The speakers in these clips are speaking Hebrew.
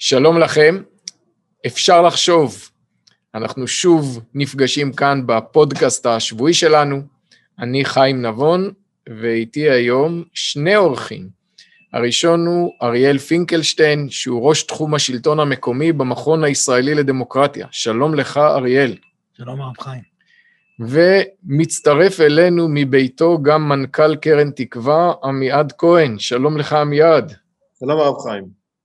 שלום לכם, אפשר לחשוב, אנחנו שוב נפגשים כאן בפודקאסט השבועי שלנו, אני חיים נבון, ואיתי היום שני אורחים, הראשון הוא אריאל פינקלשטיין, שהוא ראש תחום השלטון המקומי במכון הישראלי לדמוקרטיה, שלום לך אריאל. שלום הרב חיים. ומצטרף אלינו מביתו גם מנכ"ל קרן תקווה, עמיעד כהן, שלום לך עמיעד. שלום הרב חיים.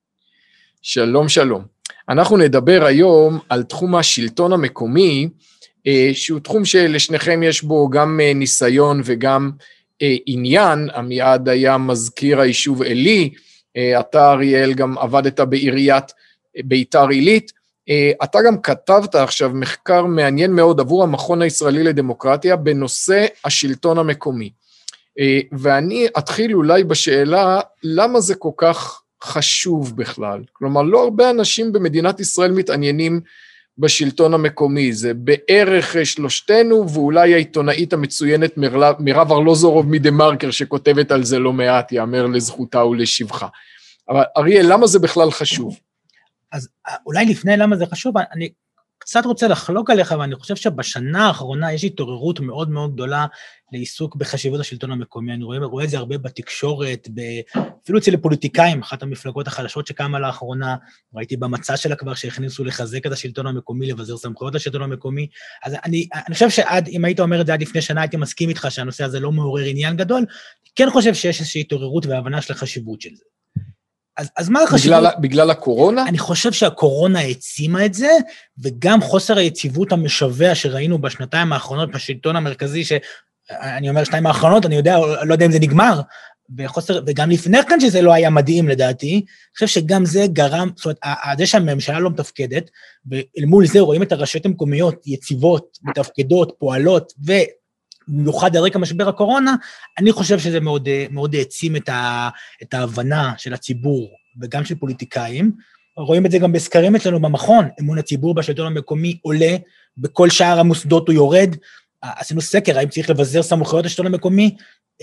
שלום שלום. אנחנו נדבר היום על תחום השלטון המקומי, שהוא תחום שלשניכם יש בו גם ניסיון וגם עניין. עמיעד היה מזכיר היישוב עלי, אתה אריאל גם עבדת בעיריית ביתר עילית, אתה גם כתבת עכשיו מחקר מעניין מאוד עבור המכון הישראלי לדמוקרטיה בנושא השלטון המקומי, ואני אתחיל אולי בשאלה למה זה כל כך חשוב בכלל, כלומר לא הרבה אנשים במדינת ישראל מתעניינים בשלטון המקומי, זה בערך שלושתנו ואולי העיתונאית המצוינת מירב ארלוזורוב מדמרקר שכותבת על זה לא מעט, יאמר לזכותה ולשבחה. אבל אריאל, למה זה בכלל חשוב? אז אולי לפני למה זה חשוב, אני קצת רוצה לחלוק עליך, ואני חושב שבשנה האחרונה יש התעוררות מאוד מאוד גדולה לעיסוק בחשיבות השלטון המקומי, אני רואה את זה הרבה בתקשורת, אפילו אצל פוליטיקאים, אחת המפלגות החדשות שקמה לאחרונה, ראיתי במצע שלה כבר שהכניסו לחזק את השלטון המקומי, לבזר סמכויות לשלטון המקומי, אז אני חושב אם היית אומר את זה עד לפני שנה, הייתי מסכים איתך שהנושא הזה לא מעורר עניין גדול, אני כן חושב שיש איזושהי התעוררות והבנה של החשיבות של זה. אז מה החשיבות? בגלל הקורונה? אני חושב שהקורונה העצימה את זה, וגם חוסר היציבות המשווע שראינו בשנתיים האחרונות בשלטון המרכזי, שאני אומר שנתיים האחרונות, אני לא יודע אם זה נגמר, וגם לפני כן שזה לא היה מדהים לדעתי, אני חושב שגם זה גרם, זאת אומרת, זה שהממשלה לא מתפקדת, ואל מול זה רואים את הרשויות המקומיות יציבות, מתפקדות, פועלות, במיוחד על רקע משבר הקורונה, אני חושב שזה מאוד, מאוד העצים את ההבנה של הציבור, וגם של פוליטיקאים, רואים את זה גם בסקרים אצלנו במכון, אמון הציבור בשלטון המקומי עולה, בכל שאר המוסדות הוא יורד, עשינו סקר, האם צריך לבזר סמכויות השלטון המקומי,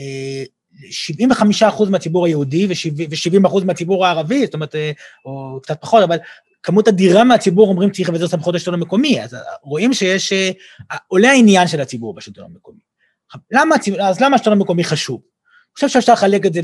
75% מהציבור היהודי, ו70% מהציבור הערבי, זאת אומרת, או קצת פחות, אבל כמות אדירה מהציבור אומרים צריך לבזר סמכויות השלטון המקומי, אז רואים שיש, עולה העניין של הציבור בשלטון המקומי. אז למה השלטון המקומי חשוב? אני חושב שאפשר לחלק את זה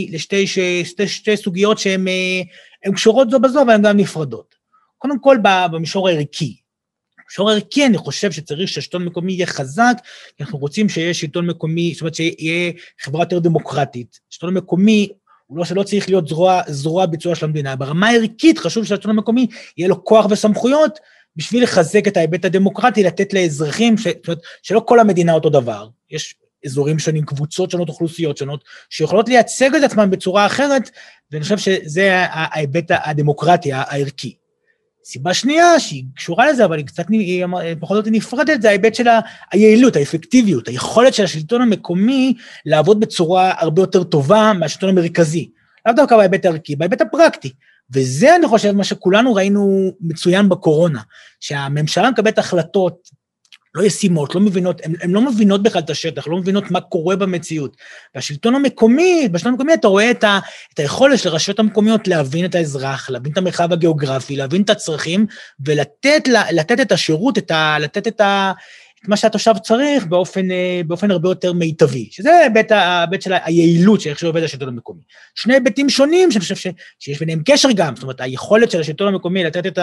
לשתי סוגיות שהן קשורות זו בזו, והן גם נפרדות. קודם כל, במישור הערכי. במישור הערכי אני חושב שצריך שהשלטון המקומי יהיה חזק, כי אנחנו רוצים שיהיה שלטון מקומי, זאת אומרת שיהיה חברה יותר דמוקרטית. השלטון המקומי, הוא לא שלא צריך להיות זרוע ביצוע של המדינה. ברמה הערכית חשוב שהשלטון המקומי יהיה לו כוח וסמכויות, בשביל לחזק את ההיבט הדמוקרטי, לתת לאזרחים, שלא כל המדינה אותו דבר. יש אזורים שונים, קבוצות שונות, אוכלוסיות שונות, שיכולות לייצג את עצמם בצורה אחרת, ואני חושב שזה ההיבט הדמוקרטי, הערכי. סיבה שנייה, שהיא קשורה לזה, אבל היא קצת פחות או יותר נפרדת, זה ההיבט של היעילות, האפקטיביות, היכולת של השלטון המקומי לעבוד בצורה הרבה יותר טובה מהשלטון המרכזי. לאו דווקא בהיבט הערכי, בהיבט הפרקטי. וזה אני חושב מה שכולנו ראינו מצוין בקורונה, שהממשלה מקבלת החלטות לא ישימות, לא מבינות, הן לא מבינות בכלל את השטח, לא מבינות מה קורה במציאות. והשלטון המקומי, בשלטון המקומי אתה רואה את היכולת של הרשויות המקומיות להבין את האזרח, להבין את המרחב הגיאוגרפי, להבין את הצרכים, ולתת את השירות, לתת את מה שהתושב צריך באופן הרבה יותר מיטבי, שזה ההיבט של היעילות של איך שעובד השלטון המקומי. שני היבטים שונים שאני חושב שיש ביניהם קשר גם, זאת אומרת, היכולת של השלטון המקומי לתת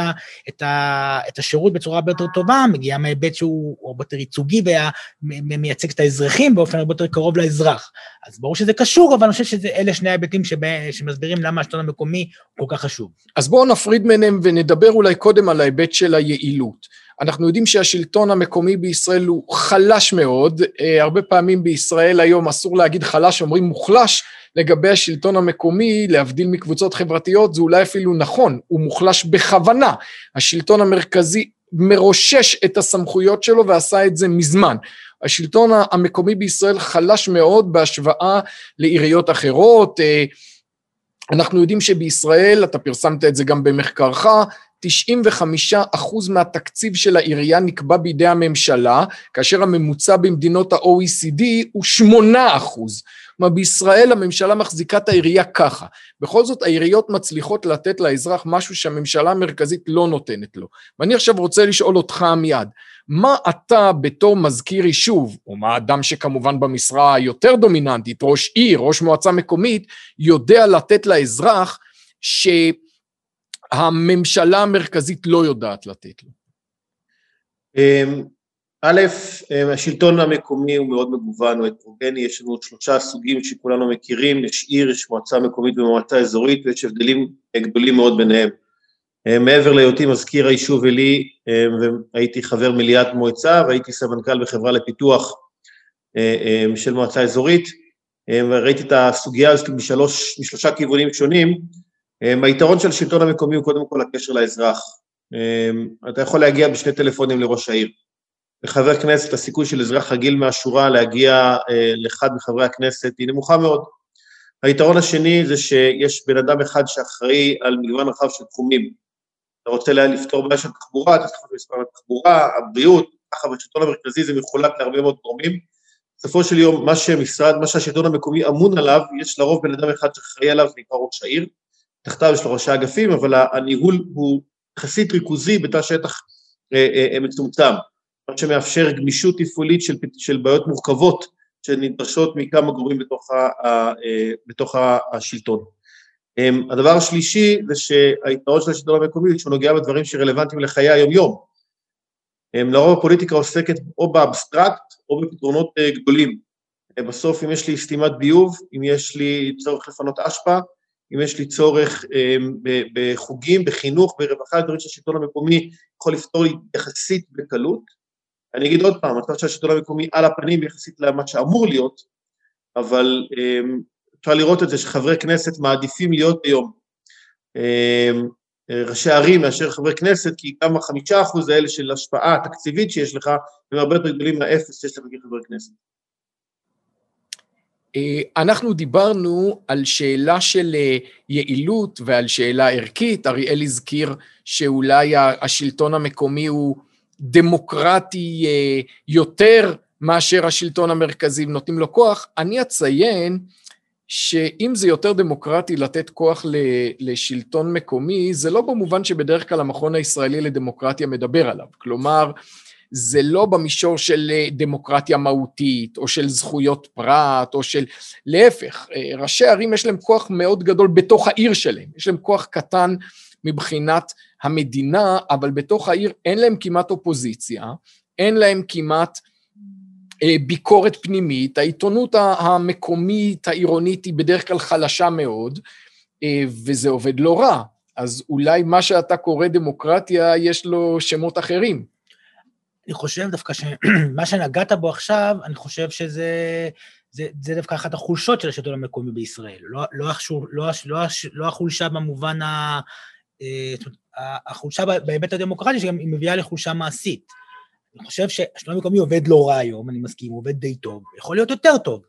את השירות בצורה הרבה יותר טובה, מגיעה מההיבט שהוא הרבה יותר ייצוגי, ומייצג את האזרחים באופן הרבה יותר קרוב לאזרח. אז ברור שזה קשור, אבל אני חושב שאלה שני ההיבטים שמסבירים למה השלטון המקומי הוא כל כך חשוב. אז בואו נפריד ביניהם ונדבר אולי קודם על ההיבט של היעילות. אנחנו יודעים שהשלטון המקומי בישראל הוא חלש מאוד, הרבה פעמים בישראל היום אסור להגיד חלש, אומרים מוחלש לגבי השלטון המקומי, להבדיל מקבוצות חברתיות, זה אולי אפילו נכון, הוא מוחלש בכוונה, השלטון המרכזי מרושש את הסמכויות שלו ועשה את זה מזמן, השלטון המקומי בישראל חלש מאוד בהשוואה לעיריות אחרות, אנחנו יודעים שבישראל, אתה פרסמת את זה גם במחקרך, 95% מהתקציב של העירייה נקבע בידי הממשלה, כאשר הממוצע במדינות ה-OECD הוא 8%. בישראל הממשלה מחזיקה את העירייה ככה, בכל זאת העיריות מצליחות לתת לאזרח משהו שהממשלה המרכזית לא נותנת לו, ואני עכשיו רוצה לשאול אותך מיד, מה אתה בתור מזכיר יישוב, או מה אדם שכמובן במשרה יותר דומיננטית, ראש עיר, ראש מועצה מקומית, יודע לתת לאזרח שהממשלה המרכזית לא יודעת לתת לו? א', השלטון המקומי הוא מאוד מגוון, הוא הטרוגני, יש לנו 3 סוגים שכולנו מכירים, יש עיר, יש מועצה מקומית ומועצה אזורית, ויש הבדלים גדולים מאוד ביניהם. מעבר להיותי מזכיר היישוב אלי, והייתי חבר מליאת מועצה, והייתי סמנכ"ל בחברה לפיתוח של מועצה אזורית, וראיתי את הסוגיה הזאת משלושה כיוונים שונים. היתרון של השלטון המקומי הוא קודם כל הקשר לאזרח. אתה יכול להגיע בשני טלפונים לראש העיר. לחבר כנסת, הסיכוי של אזרח רגיל מהשורה להגיע לאחד מחברי הכנסת היא נמוכה מאוד. היתרון השני זה שיש בן אדם אחד שאחראי על מגוון רחב של תחומים. אתה רוצה לפתור בעיה של תחבורה, אתה צריך מספר התחבורה, הבריאות, ככה בשלטון המרכזי זה מחולק להרבה מאוד גורמים. בסופו של יום, מה שהשלטון המקומי אמון עליו, יש לרוב בן אדם אחד שאחראי עליו, זה נקרא ראש העיר, תחתיו יש לו ראשי אגפים, אבל הניהול הוא יחסית ריכוזי בתא שטח מצומצם, מה שמאפשר גמישות תפעולית של בעיות מורכבות, שנדרשות מכמה גורמים בתוך השלטון. הדבר השלישי זה שהיתרון של השלטון המקומי, שהוא נוגע בדברים שרלוונטיים לחיי היום-יום. לרוב הפוליטיקה עוסקת או באבסטרקט או בפתרונות גדולים. בסוף אם יש לי סתימת ביוב, אם יש לי צורך לפנות אשפה, אם יש לי צורך בחוגים, בחינוך, ברווחה, דברים שהשלטון המקומי יכול לפתור לי יחסית בקלות. אני אגיד עוד פעם, אני חושב שהשלטון המקומי על הפנים יחסית למה שאמור להיות, אבל אפשר לראות את זה שחברי כנסת מעדיפים להיות היום ראשי ערים מאשר חברי כנסת, כי גם 5% האלה של השפעה תקציבית שיש לך, הם הרבה יותר גדולים מהאפס שיש לך כחבר כנסת. אנחנו דיברנו על שאלה של יעילות ועל שאלה ערכית, אריאל הזכיר שאולי השלטון המקומי הוא דמוקרטי יותר מאשר השלטון המרכזי נותנים לו כוח. אני אציין שאם זה יותר דמוקרטי לתת כוח לשלטון מקומי, זה לא במובן שבדרך כלל המכון הישראלי לדמוקרטיה מדבר עליו, כלומר זה לא במישור של דמוקרטיה מהותית או של זכויות פרט או של להפך, ראשי ערים יש להם כוח מאוד גדול בתוך העיר שלהם, יש להם כוח קטן מבחינת המדינה, אבל בתוך העיר אין להם כמעט אופוזיציה, אין להם כמעט ביקורת פנימית, העיתונות המקומית, העירונית היא בדרך כלל חלשה מאוד, וזה עובד לא רע, אז אולי מה שאתה קורא דמוקרטיה יש לו שמות אחרים. אני חושב דווקא שמה שנגעת בו עכשיו, אני חושב שזה דווקא אחת החולשות של השלטון המקומי בישראל, לא החולשה במובן החולשה בהיבט הדמוקרטי, שגם היא מביאה לחולשה מעשית. אני חושב שהשלטון המקומי עובד לא רע היום, אני מסכים, הוא עובד די טוב, יכול להיות יותר טוב.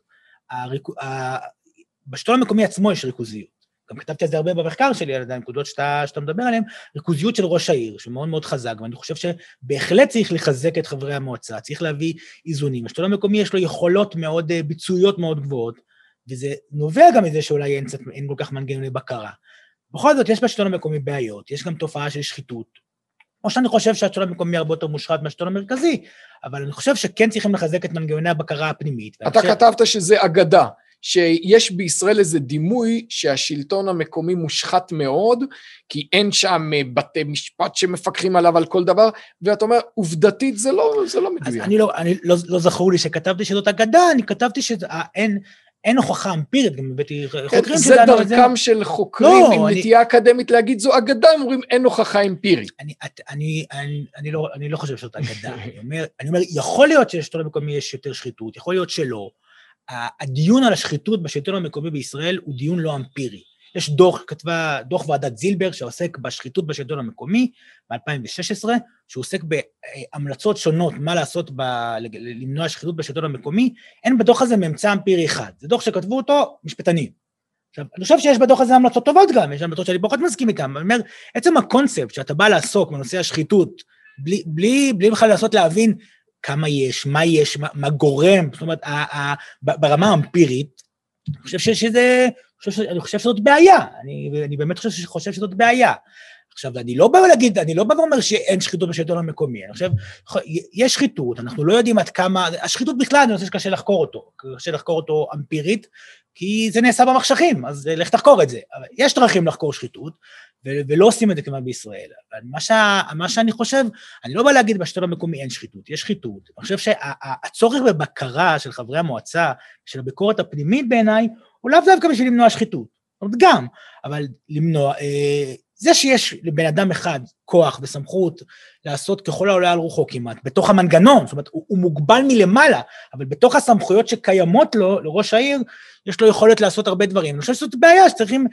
בשלטון המקומי עצמו יש ריכוזיות. גם כתבתי על זה הרבה במחקר שלי, על הנקודות שאתה מדבר עליהן, ריכוזיות של ראש העיר, שמאוד מאוד חזק, ואני חושב שבהחלט צריך לחזק את חברי המועצה, צריך להביא איזונים. השלטון המקומי יש לו יכולות מאוד ביצועיות מאוד גבוהות, וזה נובע גם מזה שאולי אין כל כך מנגנוני בקרה. בכל זאת, יש בשלטון המקומי בעיות, יש גם תופעה של שחיתות, או שאני חושב שהשלטון המקומי הרבה יותר מושחת מהשלטון המרכזי, אבל אני חושב שכן צריכים לחזק את מנגנוני הבקרה הפנימית. אתה כתבת שזה אגדה, שיש בישראל איזה דימוי שהשלטון המקומי מושחת מאוד, כי אין שם בתי משפט שמפקחים עליו על כל דבר, ואתה אומר, עובדתית זה לא מדויק. אז אני לא זכור לי שכתבתי שזאת אגדה, אני כתבתי שאין הוכחה אמפירית, גם הבאתי חוקרים זה דרכם של חוקרים, עם נטייה אקדמית להגיד זו אגדה, הם אומרים אין הוכחה אמפירית. אני לא חושב שזאת אגדה, אני אומר, יכול להיות שלשלטון המקומי יש יותר שחיתות, יכול להיות שלא, הדיון על השחיתות בשלטון המקומי בישראל הוא דיון לא אמפירי. יש דוח ועדת זילבר שעוסק בשחיתות בשלטון המקומי ב-2016, שהוא עוסק בהמלצות שונות מה לעשות למנוע שחיתות בשלטון המקומי, אין בדוח הזה ממצא אמפירי אחד, זה דוח שכתבו אותו משפטנים. עכשיו, אני חושב שיש בדוח הזה המלצות טובות גם, יש המלצות שאני פחות מסכים איתן, אני אומר, עצם הקונספט שאתה בא לעסוק בנושא השחיתות, בלי בכלל לעשות להבין כמה יש, מה גורם, זאת אומרת, ברמה האמפירית, אני חושב שזאת בעיה, אני באמת חושב שזאת בעיה. עכשיו, אני לא בא ואומר שאין שחיתות בשלטון המקומי, אני חושב, יש שחיתות, אנחנו לא יודעים עד כמה, השחיתות בכלל, אני חושב שקשה לחקור אותו אמפירית, כי זה נעשה במחשכים, אז לך תחקור את זה. אבל יש דרכים לחקור שחיתות, ולא עושים את זה כמעט בישראל. אבל מה שאני חושב, אני לא בא להגיד בשלטון המקומי אין שחיתות, יש שחיתות. אני חושב שהצורך בבקרה של חברי המועצה, של הביקורת הפנימית בעיניי, הוא לאו דווקא בשביל למנוע שחיתות. זאת אומרת, גם, אבל למנוע, זה שיש לבן אדם אחד כוח וסמכות לעשות ככל העולה על רוחו כמעט, בתוך המנגנון, זאת אומרת, הוא מוגבל מלמעלה, אבל בתוך הסמכויות שקיימות לו, לראש העיר, יש לו יכולת לעשות הרבה דברים. אני חושב שזאת בעיה שצריכים,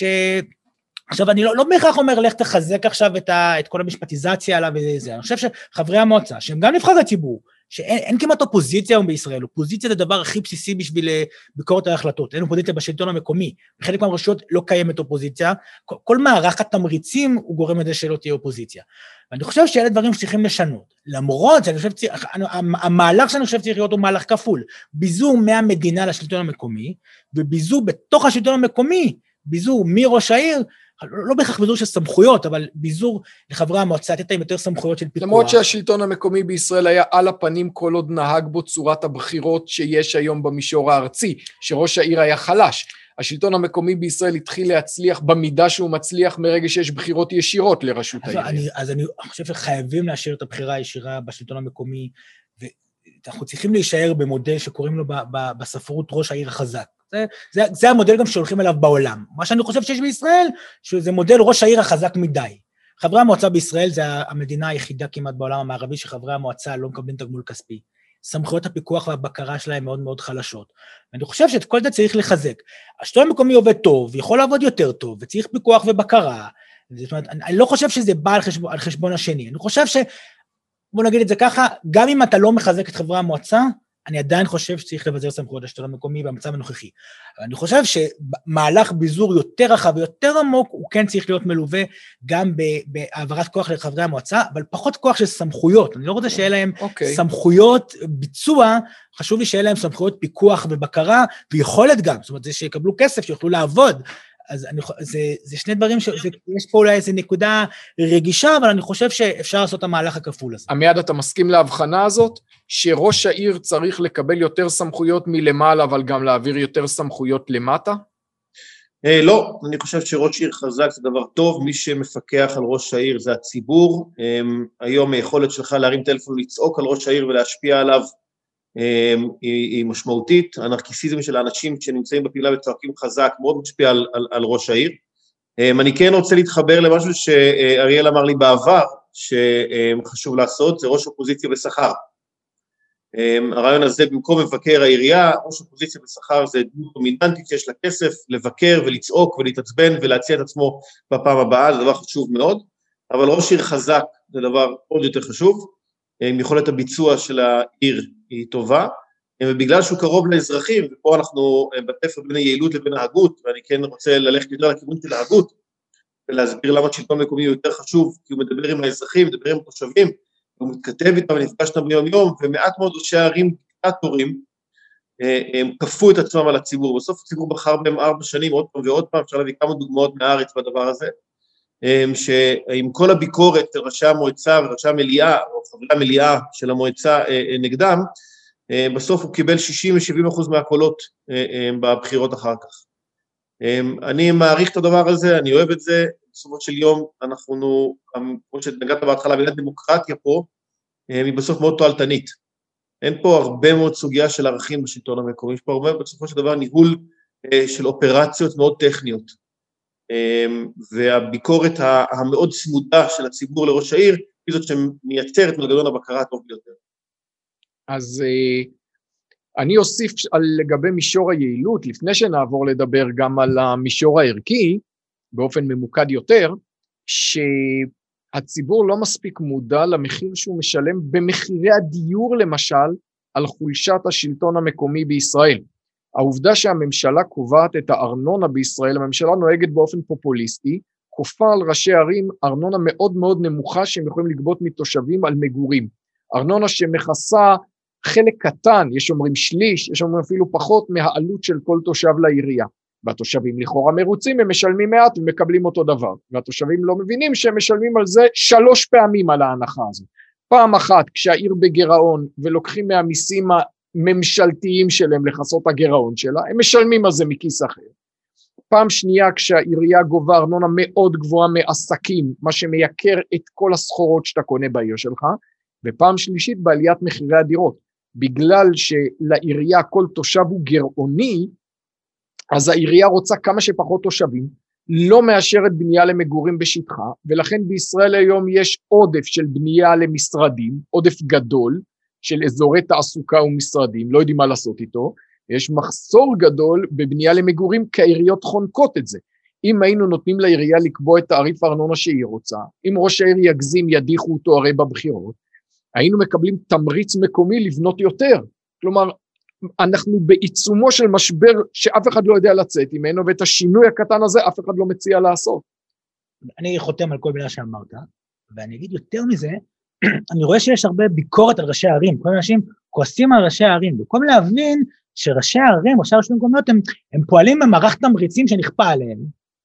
עכשיו, אני לא בהכרח אומר, לך תחזק עכשיו את כל המשפטיזציה עליו וזה, אני חושב שחברי המועצה, שהם גם נבחרי ציבור, שאין כמעט אופוזיציה היום בישראל, אופוזיציה זה הדבר הכי בסיסי בשביל ביקורת ההחלטות, אין אופוזיציה בשלטון המקומי, בחלק מהרשויות לא קיימת אופוזיציה, כל מערך התמריצים הוא גורם לזה שלא תהיה אופוזיציה, ואני חושב שאלה דברים שצריכים לשנות, למרות שאני חושב, המהלך שאני חושב צריך להיות הוא מהלך כפול, ביזור מהמדינה לשלטון המקומי, וביזור בתוך השלטון המקומי, ביזור מראש העיר, לא בהכרח ביזור של סמכויות, אבל ביזור לחברי המועצה, לתת להם יותר סמכויות של פיקוח. למרות שהשלטון המקומי בישראל היה על הפנים כל עוד נהג בו צורת הבחירות שיש היום במישור הארצי, שראש העיר היה חלש. השלטון המקומי בישראל התחיל להצליח במידה שהוא מצליח מרגע שיש בחירות ישירות לרשות העיר. אז אני חושב שחייבים להשאיר את הבחירה הישירה בשלטון המקומי, ואנחנו צריכים להישאר במודל שקוראים לו בספרות ראש העיר החזק. זה המודל גם שהולכים אליו בעולם. מה שאני חושב שיש בישראל, שזה מודל ראש העיר החזק מדי. חברי המועצה בישראל זה המדינה היחידה כמעט בעולם המערבי, שחברי המועצה לא מקבלים תגמול כספי. סמכויות הפיקוח והבקרה שלהם מאוד מאוד חלשות. ואני חושב שאת כל זה צריך לחזק. השלטון המקומי עובד טוב, יכול לעבוד יותר טוב, וצריך פיקוח ובקרה. זאת אומרת, אני לא חושב שזה בא על חשבון השני. אני חושב בוא נגיד את זה ככה, גם אם אתה לא מחזק את חברי המועצה, אני עדיין חושב שצריך לבזר סמכויות לשלטון המקומי במצב הנוכחי. אני חושב שמהלך ביזור יותר רחב ויותר עמוק, הוא כן צריך להיות מלווה גם בהעברת כוח לחברי המועצה, אבל פחות כוח של סמכויות. אני לא רוצה שיהיה להם סמכויות ביצוע, חשוב לי שיהיה להם סמכויות פיקוח ובקרה, ויכולת גם, זאת אומרת, זה שיקבלו כסף, שיוכלו לעבוד. אז זה שני דברים, יש פה אולי איזו נקודה רגישה, אבל אני חושב שאפשר לעשות את המהלך הכפול הזה. עמיעד, אתה מסכים להבחנה הזאת, שראש העיר צריך לקבל יותר סמכויות מלמעלה, אבל גם להעביר יותר סמכויות למטה? לא, אני חושב שראש עיר חזק זה דבר טוב, מי שמפקח על ראש העיר זה הציבור, היום היכולת שלך להרים טלפון, לצעוק על ראש העיר ולהשפיע עליו, היא משמעותית, הנרקיסיזם של האנשים שנמצאים בפעילה וצועקים חזק, מאוד משפיע על ראש העיר. אני כן רוצה להתחבר למשהו שאריאל אמר לי בעבר, שחשוב לעשות, זה ראש אופוזיציה בשכר. הרעיון הזה במקום מבקר העירייה, ראש אופוזיציה בשכר זה דמות דומיננטית שיש לה כסף, לבקר ולצעוק ולהתעצבן ולהציע את עצמו בפעם הבאה, זה דבר חשוב מאוד, אבל ראש עיר חזק זה דבר עוד יותר חשוב, יכולת הביצוע של העיר היא טובה, ובגלל שהוא קרוב לאזרחים, ופה אנחנו בתפר בין היעילות לבין ההגות, ואני כן רוצה ללכת יותר לכיוון של ההגות, ולהסביר למה שלטון מקומי הוא יותר חשוב, כי הוא מדבר עם האזרחים, מדבר עם התושבים, הוא מתכתב איתם ונפגש איתם ביום יום, ומעט מאוד ראשי הערים דיקטטורים, הם כפו את עצמם על הציבור, בסוף הציבור בחר בהם 4 שנים, עוד פעם ועוד פעם, אפשר להביא כמה דוגמאות מהארץ בדבר הזה, שעם כל הביקורת של ראשי המועצה וראשי המליאה, או חברי המליאה של המועצה נגדם, בסוף הוא קיבל 60-70% מהקולות בבחירות אחר כך. אני מעריך את הדבר הזה, אני אוהב את זה, בסופו של יום אנחנו, כמו שנגעת בהתחלה, מילה דמוקרטיה פה, היא בסוף מאוד תועלתנית. אין פה הרבה מאוד סוגיה של ערכים בשלטון המקומי, יש פה הרבה בסופו של דבר ניהול של אופרציות מאוד טכניות. והביקורת המאוד צמודה של הציבור לראש העיר, היא זאת שמייצרת מנגנון הבקרה הטוב ביותר. אז אני אוסיף לגבי מישור היעילות, לפני שנעבור לדבר גם על המישור הערכי, באופן ממוקד יותר, שהציבור לא מספיק מודע למחיר שהוא משלם במחירי הדיור למשל, על חולשת השלטון המקומי בישראל. העובדה שהממשלה קובעת את הארנונה בישראל, הממשלה נוהגת באופן פופוליסטי, כופה על ראשי ערים ארנונה מאוד מאוד נמוכה שהם יכולים לגבות מתושבים על מגורים. ארנונה שמכסה חלק קטן, יש אומרים שליש, יש אומרים אפילו פחות מהעלות של כל תושב לעירייה. והתושבים לכאורה מרוצים, הם משלמים מעט ומקבלים אותו דבר. והתושבים לא מבינים שהם משלמים על זה 3 פעמים על ההנחה הזו. פעם אחת כשהעיר בגירעון ולוקחים מהמיסים הממשלתיים שלהם לחסות הגירעון שלה, הם משלמים על זה מכיס אחר. פעם שנייה כשהעירייה גובה ארנונה מאוד גבוהה מעסקים, מה שמייקר את כל הסחורות שאתה קונה בעיר שלך, ופעם שלישית בעליית מחירי הדירות. בגלל שלעירייה כל תושב הוא גירעוני, אז העירייה רוצה כמה שפחות תושבים, לא מאשרת בנייה למגורים בשטחה, ולכן בישראל היום יש עודף של בנייה למשרדים, עודף גדול של אזורי תעסוקה ומשרדים, לא יודעים מה לעשות איתו, יש מחסור גדול בבנייה למגורים, כי העיריות חונקות את זה. אם היינו נותנים לעירייה לקבוע את תעריף הארנונה שהיא רוצה, אם ראש העיר יגזים ידיחו אותו הרי בבחירות, היינו מקבלים תמריץ מקומי לבנות יותר. כלומר, אנחנו בעיצומו של משבר שאף אחד לא יודע לצאת ממנו, ואת השינוי הקטן הזה אף אחד לא מציע לעשות. אני חותם על כל מילה שאמרת, ואני אגיד יותר מזה, אני רואה שיש הרבה ביקורת על ראשי הערים, כל מיני אנשים כועסים על ראשי הערים, במקום להבין שראשי הערים, ראשי הרשויות המקומיות, הם פועלים במערך תמריצים שנכפה עליהם,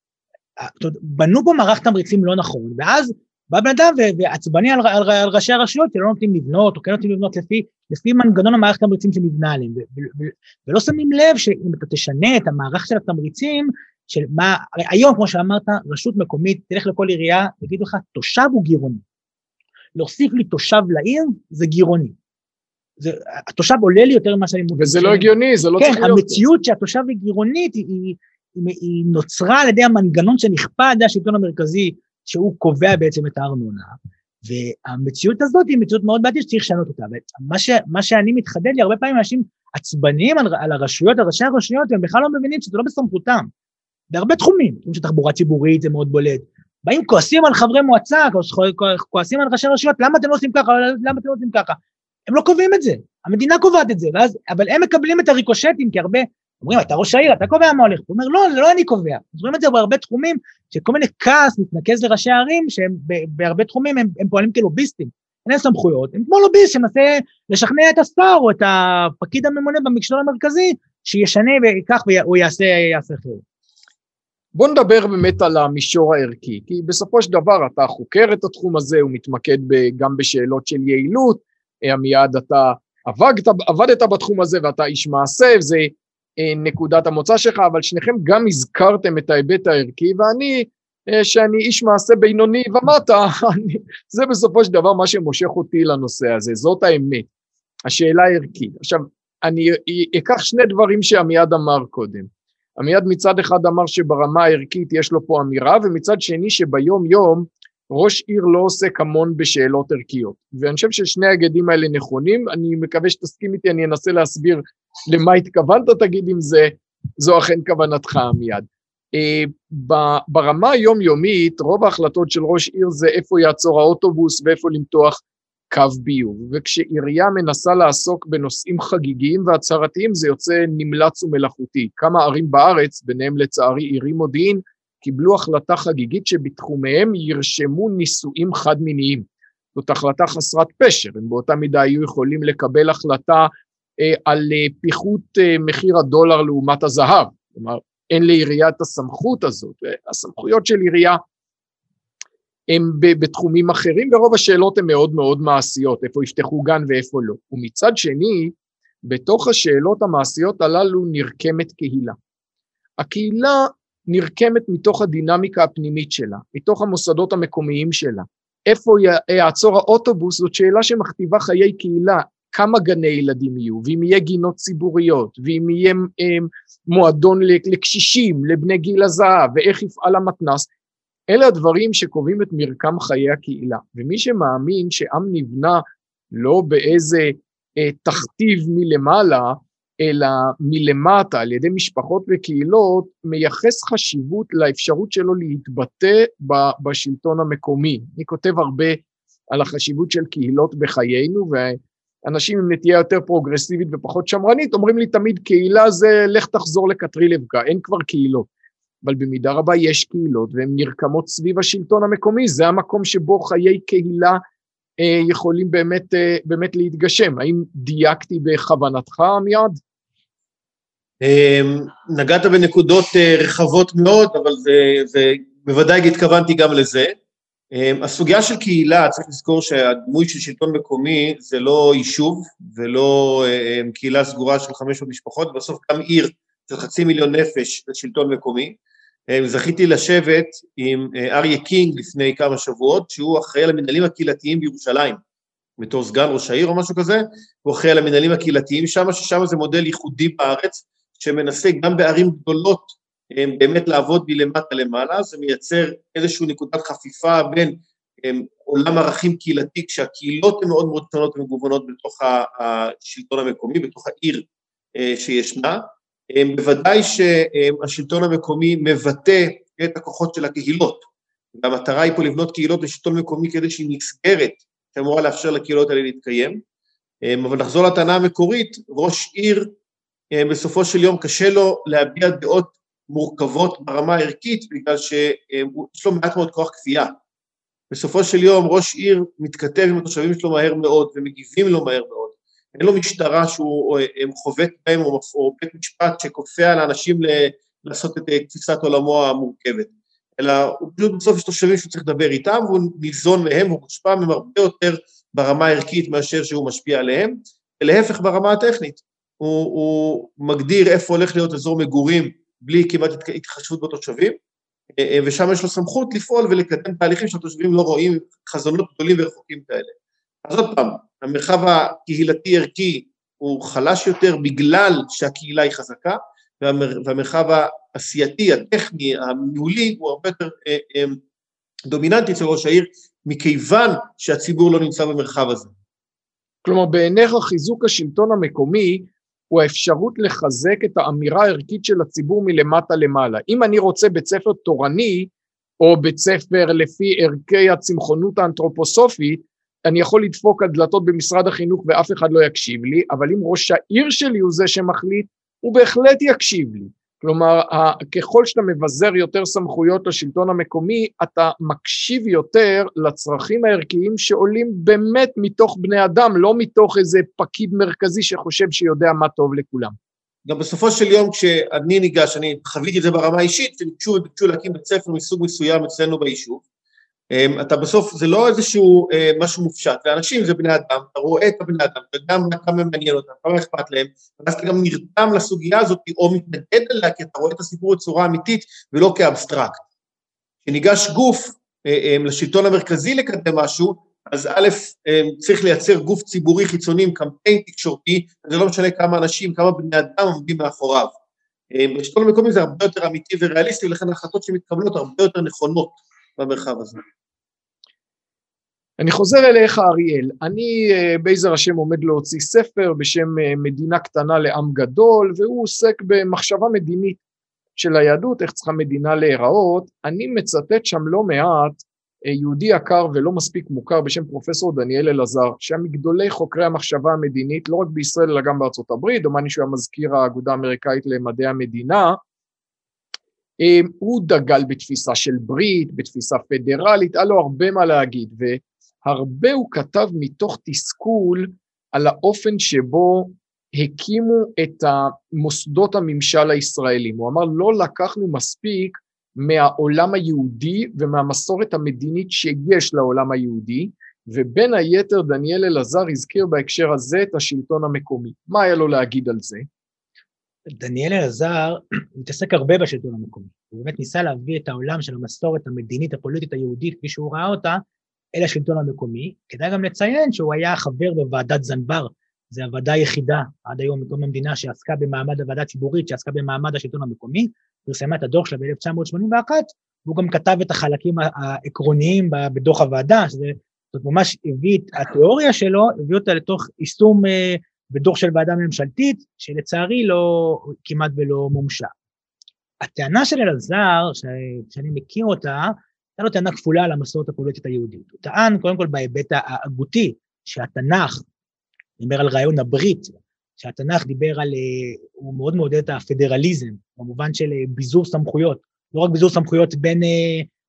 בנו פה מערך תמריצים לא נכון, ואז בא בן אדם ועצבני על ראשי הרשויות, שלא נותנים לבנות, או כן נותנים לבנות לפי מנגנון המערך תמריצים שנבנה עליהם, ולא שמים לב שאם אתה תשנה את המערך של התמריצים, של מה, היום כמו שאמרת, רשות מקומית, תלך לכל עירייה, תגיד לך, תושב הוא גירוני. להוסיף לי תושב לעיר, זה גירוני. התושב עולה לי יותר ממה שאני מוצא. וזה לא הגיוני, זה לא צריך להיות. כן, המציאות שהתושב היא גירונית, היא נוצרה על ידי המנגנון שנכפה על ידי השלטון המרכזי, שהוא קובע בעצם את הארנונה, והמציאות הזאת היא מציאות מאוד בעתיד שצריך לשנות אותה, ומה שאני מתחדד לי, הרבה פעמים אנשים עצבניים על הרשויות, על ראשי הרשויות, והם בכלל לא מבינים שזה לא בסמכותם, בהרבה תחומים, כמו שתחבורה ציבורית זה מאוד בולט, באים כועסים על חברי מועצה, כועסים על ראשי הרשויות, למה אתם לא עושים ככה, למה אתם לא עושים ככה, הם לא קובעים את זה, המדינה קובעת את זה, אבל הם מקבלים את הריקושטים, כי הרבה אומרים, אתה ראש העיר, אתה קובע מה הולך, הוא אומר, לא, זה לא אני קובע, אז רואים את זה בהרבה תחומים, שכל מיני כעס מתנקז לראשי הערים, שהם בהרבה תחומים הם פועלים כלוביסטים, אין להם סמכויות, הם כמו לוביסט שמנסה לשכנע את השר, או את הפקיד הממונה במקשור המרכזי, שישנה וכך הוא יעשה אחר. בוא נדבר באמת על המישור הערכי, כי בסופו של דבר אתה חוקר את התחום הזה, הוא מתמקד גם בשאלות של יעילות, מיד אתה עבדת בתחום הזה, ואתה איש מעשה, זה נקודת המוצא שלך, אבל שניכם גם הזכרתם את ההיבט הערכי, ואני, שאני איש מעשה בינוני ומטה, זה בסופו של דבר מה שמושך אותי לנושא הזה, זאת האמת, השאלה הערכית. עכשיו, אני אקח 2 דברים שעמיעד אמר קודם. עמיעד מצד אחד אמר שברמה הערכית יש לו פה אמירה, ומצד שני שביום יום ראש עיר לא עוסק המון בשאלות ערכיות, ואני חושב ששני ההיגדים האלה נכונים, אני מקווה שתסכים איתי, אני אנסה להסביר למה התכוונת, תגיד אם זו אכן כוונתך מיד. ברמה היומיומית, רוב ההחלטות של ראש עיר זה איפה יעצור האוטובוס ואיפה למתוח קו ביוב, וכשעירייה מנסה לעסוק בנושאים חגיגיים והצהרתיים, זה יוצא נמלץ ומלאכותי. כמה ערים בארץ, ביניהם לצערי עירי מודיעין, קיבלו החלטה חגיגית שבתחומיהם ירשמו נישואים חד-מיניים. זאת החלטה חסרת פשר, הם באותה מידה היו יכולים לקבל החלטה על פיחות מחיר הדולר לעומת הזהב, כלומר אין לעירייה את הסמכות הזאת, הסמכויות של עירייה הם בתחומים אחרים, ורוב השאלות הן מאוד מאוד מעשיות, איפה יפתחו גן ואיפה לא. ומצד שני, בתוך השאלות המעשיות הללו נרקמת קהילה. הקהילה נרקמת מתוך הדינמיקה הפנימית שלה, מתוך המוסדות המקומיים שלה. איפה יעצור האוטובוס, זאת שאלה שמכתיבה חיי קהילה, כמה גני ילדים יהיו, ואם יהיה גינות ציבוריות, ואם יהיה מועדון לקשישים, לבני גיל הזהב, ואיך יפעל המתנ"ס, אלה הדברים שקובעים את מרקם חיי הקהילה, ומי שמאמין שעם נבנה לא באיזה תכתיב מלמעלה, אלא מלמטה על ידי משפחות וקהילות, מייחס חשיבות לאפשרות שלו להתבטא בשלטון המקומי. אני כותב הרבה על החשיבות של קהילות בחיינו, ואנשים עם נטייה יותר פרוגרסיבית ופחות שמרנית, אומרים לי תמיד קהילה זה לך תחזור לקטרי לבקה, אין כבר קהילות. אבל במידה רבה יש קהילות, והן נרקמות סביב השלטון המקומי, זה המקום שבו חיי קהילה יכולים באמת להתגשם. האם דייקתי בכוונתך מיד? נגעת בנקודות רחבות מאוד, אבל זה בוודאי התכוונתי גם לזה. הסוגיה של קהילה, צריך לזכור שהדמוי של שלטון מקומי זה לא יישוב, ולא קהילה סגורה של 500 משפחות, בסוף גם עיר של 500,000 נפש לשלטון מקומי. זכיתי לשבת עם אריה קינג לפני כמה שבועות, שהוא אחראי על המנהלים הקהילתיים בירושלים, בתור סגן ראש העיר או משהו כזה, הוא אחראי על המנהלים הקהילתיים שם, ששם זה מודל ייחודי בארץ, שמנסה גם בערים גדולות באמת לעבוד מלמטה למעלה, זה מייצר איזושהי נקודת חפיפה בין עולם ערכים קהילתי, כשהקהילות הן מאוד מאוד שונות ומגוונות בתוך השלטון המקומי, בתוך העיר שישנה, בוודאי שהשלטון המקומי מבטא את הכוחות של הקהילות, והמטרה היא פה לבנות קהילות לשלטון מקומי כדי שהיא מסגרת, שאמורה לאפשר לקהילות האלה להתקיים, אבל נחזור לטענה המקורית, ראש עיר בסופו של יום קשה לו להביע דעות מורכבות ברמה הערכית, בגלל שיש לו מעט מאוד כוח כפייה. בסופו של יום ראש עיר מתכתב עם התושבים שלו מהר מאוד, ומגיבים לו מהר מאוד. אין לו משטרה שהוא חובט בהם, או בית משפט שכופה על האנשים לעשות את תפיסת עולמו המורכבת. אלא הוא פשוט בסוף יש תושבים שהוא צריך לדבר איתם, והוא ניזון מהם, הוא מושפע מהם הרבה יותר ברמה הערכית מאשר שהוא משפיע עליהם, ולהפך ברמה הטכנית. הוא מגדיר איפה הולך להיות אזור מגורים, בלי כמעט התחשבות בתושבים, ושם יש לו סמכות לפעול ולקדם תהליכים שהתושבים לא רואים חזונות גדולים ורחוקים כאלה. אז עוד פעם, המרחב הקהילתי ערכי הוא חלש יותר בגלל שהקהילה היא חזקה, והמרחב העשייתי, הטכני, הניהולי, הוא הרבה יותר דומיננטי אצל ראש העיר, מכיוון שהציבור לא נמצא במרחב הזה. כלומר, בעיניך חיזוק השלטון המקומי, הוא האפשרות לחזק את האמירה הערכית של הציבור מלמטה למעלה. אם אני רוצה בית ספר תורני, או בית ספר לפי ערכי הצמחונות האנתרופוסופית, אני יכול לדפוק על דלתות במשרד החינוך ואף אחד לא יקשיב לי, אבל אם ראש העיר שלי הוא זה שמחליט, הוא בהחלט יקשיב לי. כלומר, ככל שאתה מבזר יותר סמכויות לשלטון המקומי, אתה מקשיב יותר לצרכים הערכיים שעולים באמת מתוך בני אדם, לא מתוך איזה פקיד מרכזי שחושב שיודע מה טוב לכולם. גם בסופו של יום כשאני ניגש, אני חוויתי את זה ברמה האישית, וביקשו להקים בית ספר מסוג מסוים אצלנו ביישוב, אתה בסוף, זה לא איזשהו משהו מופשט, ואנשים זה בני אדם, אתה רואה את הבני אדם, אתה גם כמה מעניין אותם, כמה אכפת להם, ואז אתה גם נרתם לסוגיה הזאת, או מתנגד עליה, כי אתה רואה את הסיפור בצורה אמיתית, ולא כאבסטרקט. כשניגש גוף לשלטון המרכזי לקדם משהו, אז א', צריך לייצר גוף ציבורי חיצוני, קמפיין תקשורתי, זה לא משנה כמה אנשים, כמה בני אדם עומדים מאחוריו. בשלטון המקומי זה הרבה יותר אמיתי וריאליסטי, ולכן ההחלטות שמתקבלות הרבה יותר נכונות במרחב הזה. אני חוזר אליך אריאל, אני בעזר השם עומד להוציא ספר בשם מדינה קטנה לעם גדול, והוא עוסק במחשבה מדינית של היהדות, איך צריכה מדינה להיראות. אני מצטט שם לא מעט יהודי יקר ולא מספיק מוכר בשם פרופסור דניאל אלעזר, שהם מגדולי חוקרי המחשבה המדינית, לא רק בישראל אלא גם בארצות הברית, דומני שהוא המזכיר האגודה האמריקאית למדעי המדינה. הוא דגל בתפיסה של ברית, בתפיסה פדרלית, היה לו הרבה מה להגיד, והרבה הוא כתב מתוך תסכול על האופן שבו הקימו את המוסדות הממשל הישראלים. הוא אמר, לא לקחנו מספיק מהעולם היהודי ומהמסורת המדינית שיש לעולם היהודי, ובין היתר דניאל אלעזר הזכיר בהקשר הזה את השלטון המקומי. מה היה לו להגיד על זה? דניאל אלעזר מתעסק הרבה בשלטון המקומי, הוא באמת ניסה להביא את העולם של המסורת המדינית הפוליטית היהודית, כפי שהוא ראה אותה, אל השלטון המקומי. כדאי גם לציין שהוא היה חבר בוועדת זנבר, זו הוועדה היחידה עד היום מקום המדינה שעסקה במעמד הוועדה הציבורית, שעסקה במעמד השלטון המקומי, פרסמה את הדוח שלה ב-1981, והוא גם כתב את החלקים העקרוניים בדוח הוועדה, זאת ממש הביא את התיאוריה שלו, הביא אותה לתוך יישום בדוח של ועדה ממשלתית, שלצערי כמעט ולא מומשה. הטענה של אלעזר, שאני מכיר אותה, הייתה לו טענה כפולה על המסורת הפוליטית היהודית. הוא טען קודם כל בהיבט ההגותי, שהתנ"ך דיבר על רעיון הברית, שהתנ"ך דיבר על, הוא מאוד מעודד את הפדרליזם, במובן של ביזור סמכויות, לא רק ביזור סמכויות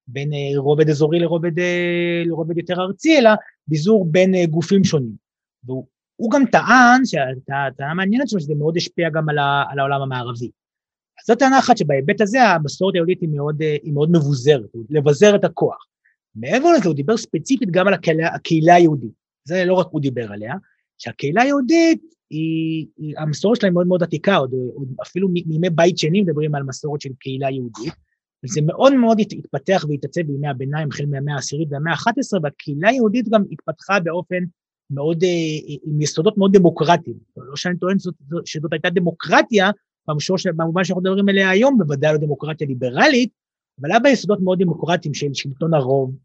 בין רובד אזורי לרובד יותר ארצי, אלא ביזור בין גופים שונים. והוא גם טען, שהטענה מעניינת שלו, שזה מאוד השפיע גם על העולם המערבי. אז זאת טענה אחת שבהיבט הזה, המסורת היהודית היא מאוד מבוזרת, לבזר את הכוח. מעבר לזה, הוא דיבר ספציפית גם על הקהילה היהודית. זה לא רק הוא דיבר עליה, שהקהילה היהודית, המסורת שלה היא מאוד מאוד עתיקה, עוד אפילו מימי בית שני מדברים על מסורת של קהילה יהודית, וזה מאוד מאוד התפתח והתעצב בימי הביניים, החל מהמאה העשירית והמאה ה-11, והקהילה היהודית גם התפתחה באופן מאוד, עם יסודות מאוד דמוקרטיים. לא שאני טוען שזאת הייתה דמוקרטיה, במובן שאנחנו מדברים עליה היום, בוודאי לא דמוקרטיה ליברלית, אבל היה בה יסודות מאוד דמוקרטיים של שלטון הרוב,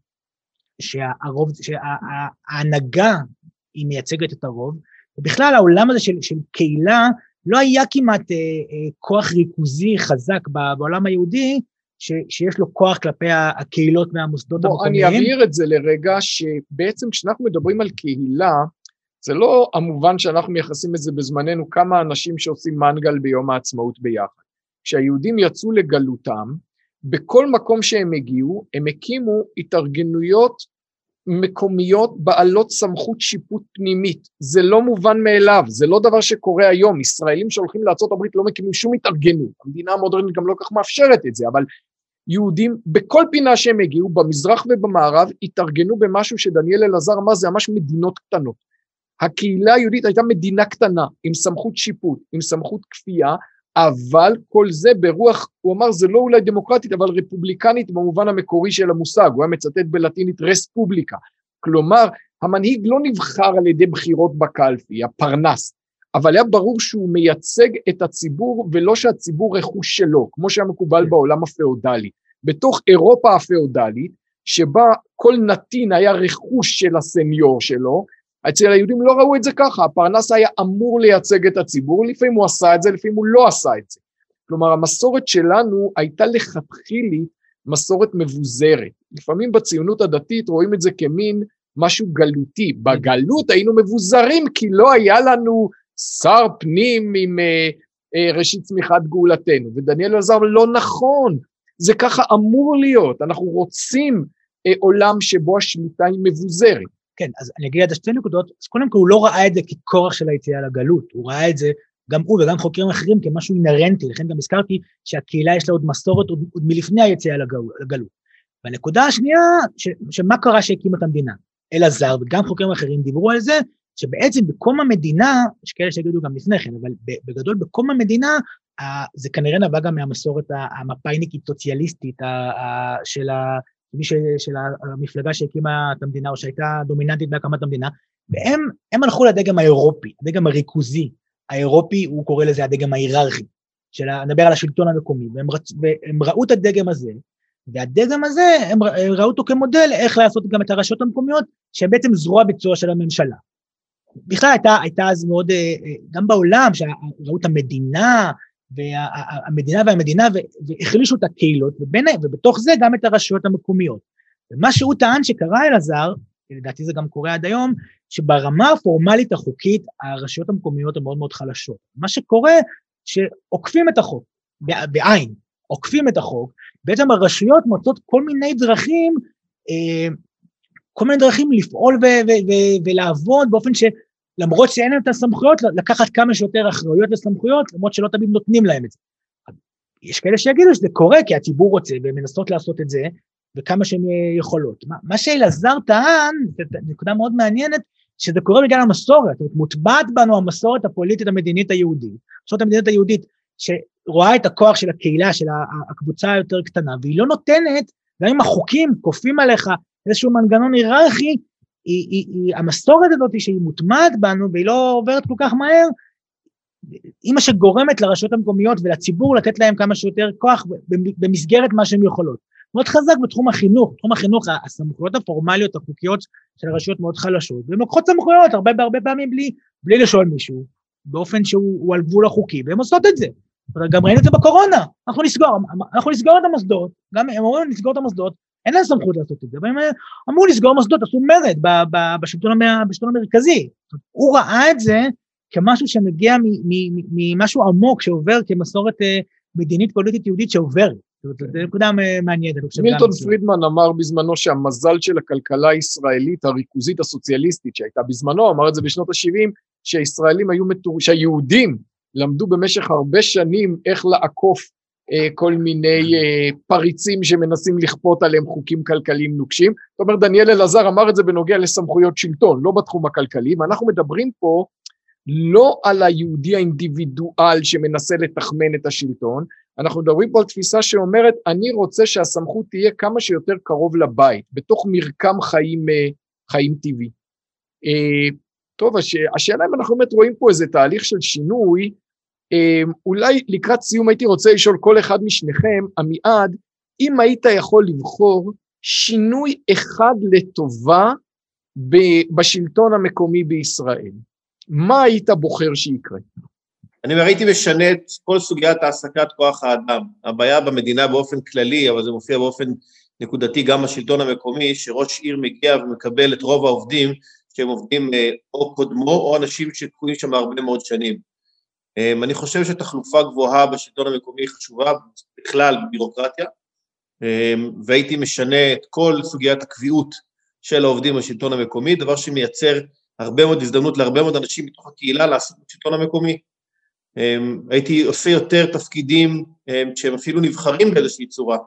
שההנהגה היא מייצגת את הרוב, ובכלל העולם הזה של קהילה לא היה כמעט כוח ריכוזי חזק בעולם היהודי, שיש לו כוח כלפי הקהילות והמוסדות המקומיים. אני אבהיר את זה לרגע, שבעצם כשאנחנו מדברים על קהילה, זה לא המובן שאנחנו מייחסים את זה בזמננו, כמה אנשים שעושים מנגל ביום העצמאות ביחד. כשהיהודים יצאו לגלותם, בכל מקום שהם הגיעו, הם הקימו התארגנויות מקומיות בעלות סמכות שיפוט פנימית. זה לא מובן מאליו, זה לא דבר שקורה היום. ישראלים שהולכים לארצות הברית לא מקימים שום התארגנות. המדינה המודרנית גם לא כך מאפשרת את זה, אבל יהודים בכל פינה שהם הגיעו, במזרח ובמערב, התארגנו במשהו שדניאל אלעזר אמר, זה ממש מדינות קטנות. הקהילה היהודית הייתה מדינה קטנה, עם סמכות שיפוט, עם סמכות כפייה, אבל כל זה ברוח, הוא אמר, זה לא אולי דמוקרטית, אבל רפובליקנית במובן המקורי של המושג, הוא היה מצטט בלטינית רספובליקה, כלומר, המנהיג לא נבחר על ידי בחירות בקלפי, הפרנס, אבל היה ברור שהוא מייצג את הציבור, ולא שהציבור רכוש שלו, כמו שהיה מקובל בעולם הפאודלי, בתוך אירופה הפאודלית, שבה כל נתין היה רכוש של הסניור שלו, אצל היהודים לא ראו את זה ככה, הפרנס היה אמור לייצג את הציבור, לפעמים הוא עשה את זה, לפעמים הוא לא עשה את זה. כלומר, המסורת שלנו הייתה לכתחילית מסורת מבוזרת. לפעמים בציונות הדתית רואים את זה כמין משהו גלותי. בגלות היינו מבוזרים, כי לא היה לנו שר פנים עם ראשית צמיחת גאולתנו. ודניאל אלעזר לא נכון, זה ככה אמור להיות. אנחנו רוצים עולם שבו השליטה היא מבוזרת. כן, אז אני אגיד את שתי נקודות, אז קודם כל הוא לא ראה את זה ככורח של היציאה לגלות, הוא ראה את זה, גם הוא וגם חוקרים אחרים, כמשהו אינרנטי, לכן גם הזכרתי שהקהילה יש לה עוד מסורת עוד מלפני היציאה לגלות. והנקודה השנייה, שמה קרה שהקים את המדינה? אלעזר וגם חוקרים אחרים דיברו על זה, שבעצם בקום המדינה, יש כאלה שיגידו גם לפני כן, אבל בגדול בקום המדינה, זה כנראה נבע גם מהמסורת המפאיניקית סוציאליסטית של המפלגה שהקימה את המדינה, או שהייתה דומיננטית בהקמת המדינה, והם הלכו לדגם האירופי, הדגם הריכוזי, האירופי, הוא קורא לזה הדגם ההיררכי, נדבר על השלטון המקומי, והם ראו את הדגם הזה, והדגם הזה, הם ראו אותו כמודל, איך לעשות גם את הרשויות המקומיות, שהן בעצם זרוע ביצוע של הממשלה. בכלל הייתה אז מאוד, גם בעולם, שראו את המדינה, והמדינה והחלישו את הקהילות, ובתוך זה גם את הרשויות המקומיות. ומה שהוא טען שקרה אלעזר, לדעתי זה גם קורה עד היום, שברמה הפורמלית החוקית, הרשויות המקומיות הן מאוד מאוד חלשות. מה שקורה, שעוקפים את החוק, בעין, עוקפים את החוק, בעצם הרשויות מוצאות כל מיני דרכים לפעול ולעבוד באופן למרות שאין להם את הסמכויות, לקחת כמה שיותר אחריות וסמכויות, למרות שלא תמיד נותנים להם את זה. יש כאלה שיגידו שזה קורה, כי הציבור רוצה, ומנסות לעשות את זה, וכמה שהן יכולות. מה שאלעזר טען, זו נקודה מאוד מעניינת, שזה קורה בגלל המסורת, זאת אומרת, מוטבעת בנו המסורת הפוליטית המדינית היהודית, המסורת המדינית היהודית, שרואה את הכוח של הקהילה, של הקבוצה היותר קטנה, והיא לא נותנת, גם אם החוקים כופים עליך איזשהו מנגנון היררכי, המסורת הזאת שהיא מוטמעת בנו, והיא לא עוברת כל כך מהר, היא מה שגורמת לרשויות המקומיות ולציבור לתת להם כמה שיותר כוח במסגרת מה שהן יכולות. מאוד חזק בתחום החינוך, בתחום החינוך הסמכויות הפורמליות החוקיות של הרשויות מאוד חלשות, והן לוקחות סמכויות הרבה פעמים בלי לשאול מישהו, באופן שהוא על גבול החוקי, והן עושות את זה. גם ראינו את זה בקורונה, אנחנו נסגור את המוסדות, גם הם אומרים נסגור את המוסדות, אין להם סמכות לעשות את זה, והם אמרו לסגור מוסדות, עשו מרד בשלטון המרכזי. הוא ראה את זה כמשהו שמגיע ממשהו עמוק שעובר כמסורת מדינית פוליטית יהודית שעוברת. זאת נקודה מעניינת. מילטון פרידמן אמר בזמנו שהמזל של הכלכלה הישראלית, הריכוזית הסוציאליסטית שהייתה בזמנו, אמר את זה בשנות ה-70, שהיהודים למדו במשך הרבה שנים איך לעקוף כל מיני פריצים שמנסים לכפות עליהם חוקים כלכליים נוקשים. זאת אומרת, דניאל אלעזר אמר את זה בנוגע לסמכויות שלטון, לא בתחום הכלכלי, ואנחנו מדברים פה לא על היהודי האינדיבידואל שמנסה לתחמן את השלטון, אנחנו מדברים פה על תפיסה שאומרת, אני רוצה שהסמכות תהיה כמה שיותר קרוב לבית, בתוך מרקם חיים טבעי. טוב, השאלה אם אנחנו באמת רואים פה איזה תהליך של שינוי, אולי לקראת סיום הייתי רוצה לשאול כל אחד משניכם, עמיעד, אם היית יכול לבחור שינוי אחד לטובה בשלטון המקומי בישראל, מה היית בוחר שיקרה? אני ראיתי משנה את כל סוגיית העסקת כוח האדם, הבעיה במדינה באופן כללי, אבל זה מופיע באופן נקודתי גם בשלטון המקומי, שראש עיר מגיע ומקבל את רוב העובדים, שהם עובדים או קודמו או אנשים שתקועים שם הרבה מאוד שנים. אני חושב שתחלופה גבוהה בשלטון המקומי חשובה בכלל בבירוקרטיה, והייתי משנה את כל סוגיית הקביעות של העובדים בשלטון המקומי, דבר שמייצר הרבה מאוד הזדמנות להרבה מאוד אנשים מתוך הקהילה לעשות בשלטון המקומי. הייתי עושה יותר תפקידים שהם אפילו נבחרים באיזושהי צורה,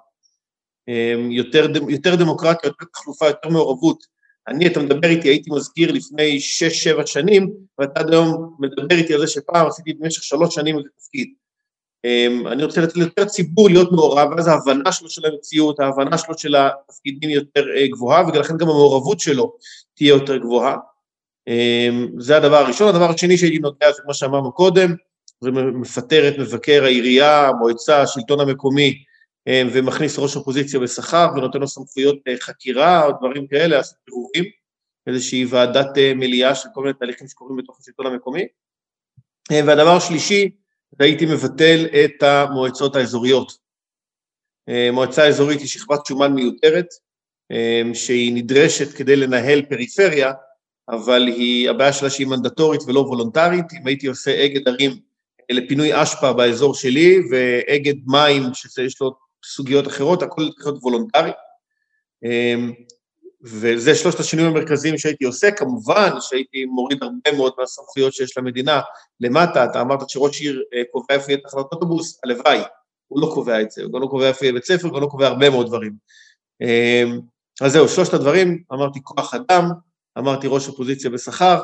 יותר דמוקרטיה, יותר תחלופה, יותר מעורבות. אתה מדבר איתי, הייתי מזכיר לפני 6-7 שנים, ואתה עד היום מדבר איתי על זה שפעם עשיתי במשך 3 שנים איזה תפקיד. אני רוצה לתת יותר ציבור להיות מעורב, ואז ההבנה שלו של המציאות, ההבנה שלו של התפקידים יותר גבוהה, ולכן גם המעורבות שלו תהיה יותר גבוהה. זה הדבר הראשון. הדבר השני שהייתי נוגע, זה כמו שאמרנו קודם, זה מפטר את מבקר העירייה, המועצה, השלטון המקומי, ומכניס ראש אופוזיציה בשכר, ונותן לו סמכויות חקירה, או דברים כאלה, לעשות בירורים, איזושהי ועדת מליאה של כל מיני תהליכים שקורים בתוך השלטון המקומי. והדבר השלישי, הייתי מבטל את המועצות האזוריות. מועצה אזורית היא שכבת שומן מיותרת, שהיא נדרשת כדי לנהל פריפריה, אבל הבעיה שלה שהיא מנדטורית ולא וולונטרית. אם הייתי עושה אגד ערים לפינוי אשפה באזור שלי, ואגד מים שיש לו סוגיות אחרות, הכל צריך להיות וולונטרי. וזה 3 השינויים המרכזיים שהייתי עושה. כמובן שהייתי מוריד הרבה מאוד מהסמכויות שיש למדינה למטה. אתה אמרת שראש עיר קובע איפה יהיה תחנת אוטובוס, הלוואי, הוא לא קובע את זה, הוא גם לא קובע איפה יהיה בית ספר, הוא גם לא קובע הרבה מאוד דברים. אז זהו, 3 הדברים, אמרתי כוח אדם, אמרתי ראש אופוזיציה בשכר,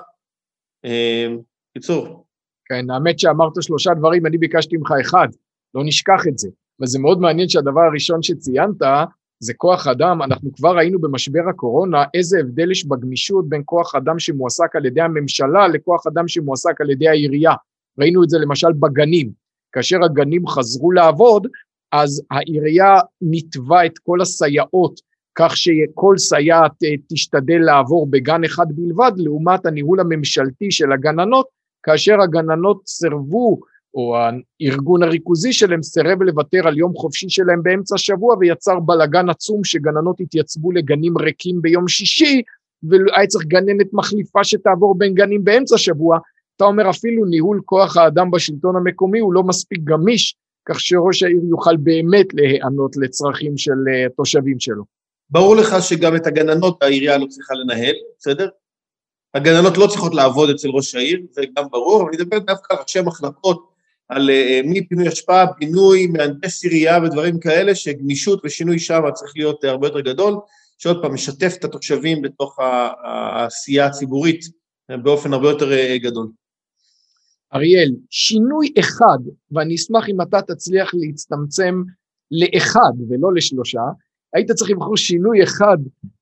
קיצור. כן, האמת שאמרת 3 דברים, אני ביקשתי ממך 1, לא נשכח את זה. וזה מאוד מעניין שהדבר הראשון שציינת, זה כוח אדם. אנחנו כבר ראינו במשבר הקורונה, איזה הבדל יש בגמישות בין כוח אדם שמועסק על ידי הממשלה, לכוח אדם שמועסק על ידי העירייה. ראינו את זה למשל בגנים, כאשר הגנים חזרו לעבוד, אז העירייה נתווה את כל הסייעות, כך שכל סייעת תשתדל לעבור בגן אחד בלבד, לעומת הניהול הממשלתי של הגננות, כאשר הגננות סרבו, או הארגון הריכוזי שלהם סרב לוותר על יום חופשי שלהם באמצע השבוע, ויצר בלגן עצום שגננות התייצבו לגנים ריקים ביום שישי, והיה צריך גננת מחליפה שתעבור בין גנים באמצע השבוע. אתה אומר אפילו ניהול כוח האדם בשלטון המקומי הוא לא מספיק גמיש, כך שראש העיר יוכל באמת להיענות לצרכים של תושבים שלו. ברור לך שגם את הגננות העירייה לא צריכה לנהל, בסדר? הגננות לא צריכות לעבוד אצל ראש העיר, זה גם ברור, אבל אני מדבר דווקא ראשי מחלקות, על מפינוי השפעה, פינוי, מהנדס עירייה ודברים כאלה, שגמישות ושינוי שם צריך להיות הרבה יותר גדול, שעוד פעם משתף את התושבים בתוך העשייה הציבורית, באופן הרבה יותר גדול. אריאל, שינוי אחד, ואני אשמח אם אתה תצליח להצטמצם לאחד ולא ל3, היית צריך לבחור שינוי אחד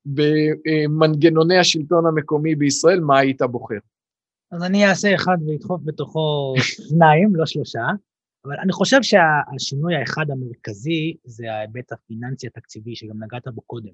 במנגנוני השלטון המקומי בישראל, מה היית בוחר? אז אני אעשה 1 וידחוף בתוכו 2, לא 3, אבל אני חושב שהשינוי האחד המרכזי זה ההיבט הפיננסי התקציבי, שגם נגעת בו קודם,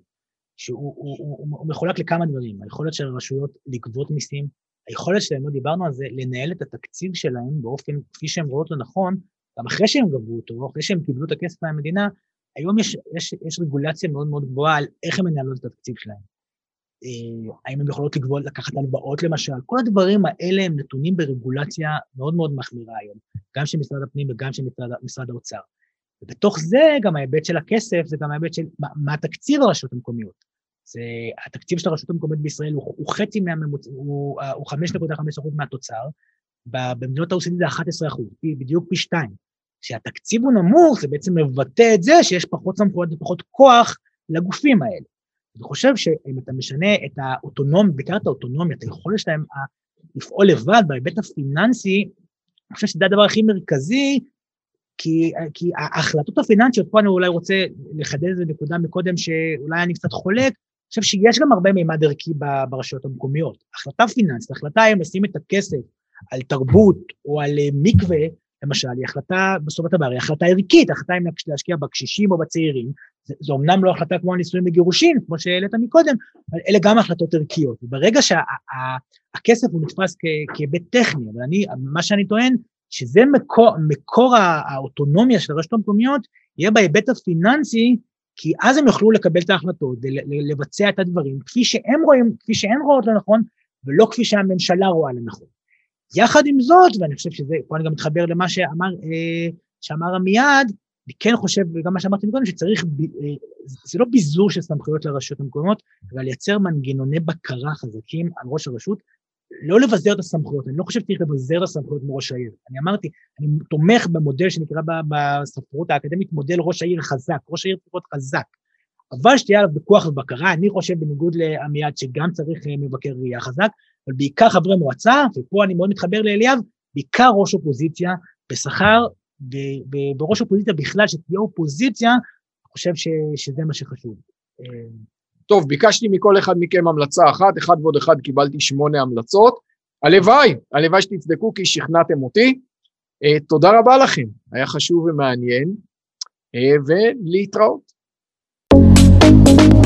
שהוא מחולק לכמה דברים, היכולת של הרשויות לגבות מיסים, היכולת שלהם, לא דיברנו על זה, לנהל את התקציב שלהם באופן כפי שהם רואות לנכון, גם אחרי שהם גבו אותו, אחרי שהם קיבלו את הכסף מהמדינה, היום יש רגולציה מאוד מאוד גבוהה על איך הם מנהלות את התקציב שלהם. האם הם יכולות לקחת הלוואות למשל, כל הדברים האלה הם נתונים ברגולציה מאוד מאוד מחמירה היום, גם של משרד הפנים וגם של משרד האוצר. ובתוך זה גם ההיבט של הכסף, זה גם ההיבט של מה התקציב הרשויות המקומיות. התקציב של הרשות המקומית בישראל הוא חצי הוא 5.5% מהתוצר, במדינות ה-OECD זה 11%, בדיוק פי 2. כשהתקציב הוא נמוך, זה בעצם מבטא את זה שיש פחות סמכויות ופחות כוח לגופים האלה. אני חושב שאם אתה משנה את האוטונומיה, בעיקר את האוטונומיה, את היכולת שלהם לפעול לבד בהיבט הפיננסי, אני חושב שזה הדבר הכי מרכזי, כי ההחלטות הפיננסיות, פה אני אולי רוצה לחדד איזה נקודה מקודם, שאולי אני קצת חולק, אני חושב שיש גם הרבה מימד ערכי ברשויות המקומיות. החלטה פיננסית, החלטה אם לשים את הכסף על תרבות או על מקווה, למשל, היא החלטה, בסופו של דבר, היא החלטה ערכית, החלטה אם להשקיע בקשישים או בצעירים, זו אמנם לא החלטה כמו הנישואים וגירושים, כמו שהעלית מקודם, אבל אלה גם החלטות ערכיות. וברגע שהכסף הוא נתפס כהיבט טכני, אבל מה שאני טוען, שזה מקור האוטונומיה של הרשויות המקומיות, יהיה בהיבט הפיננסי, כי אז הם יוכלו לקבל את ההחלטות, לבצע את הדברים, כפי שהם רואים, כפי שהן רואות לנכון, ולא כפי שהממשלה רואה לנכון. יחד עם זאת, ואני חושב שזה, פה אני גם מתחבר למה שאמר עמיעד, אני כן חושב, וגם מה שאמרתי מקודם, שצריך, זה לא ביזור של סמכויות לרשויות המקומיות, אבל לייצר מנגנוני בקרה חזקים על ראש הרשות, לא לבזר את הסמכויות, אני לא חושב שצריך לבזר את הסמכויות מראש העיר. אני אמרתי, אני תומך במודל שנקרא בספרות האקדמית, מודל ראש העיר חזק, ראש העיר צריך להיות חזק, אבל שתהיה עליו בכוח ובקרה, אני חושב בניגוד לעמיעד שגם צריך מבקר ראייה חזק, אבל בעיקר חברי מועצה, ופה אני מאוד מתחבר לאליאב, בעיקר ראש אופוזיציה, בשכר, ובראש אופוזיציה בכלל, שתהיה אופוזיציה, אני חושב שזה מה שחשוב. טוב, ביקשתי מכל אחד מכם המלצה אחת, אחד ועוד אחד קיבלתי 8 המלצות, הלוואי שתצדקו כי שכנעתם אותי, תודה רבה לכם, היה חשוב ומעניין, ולהתראות.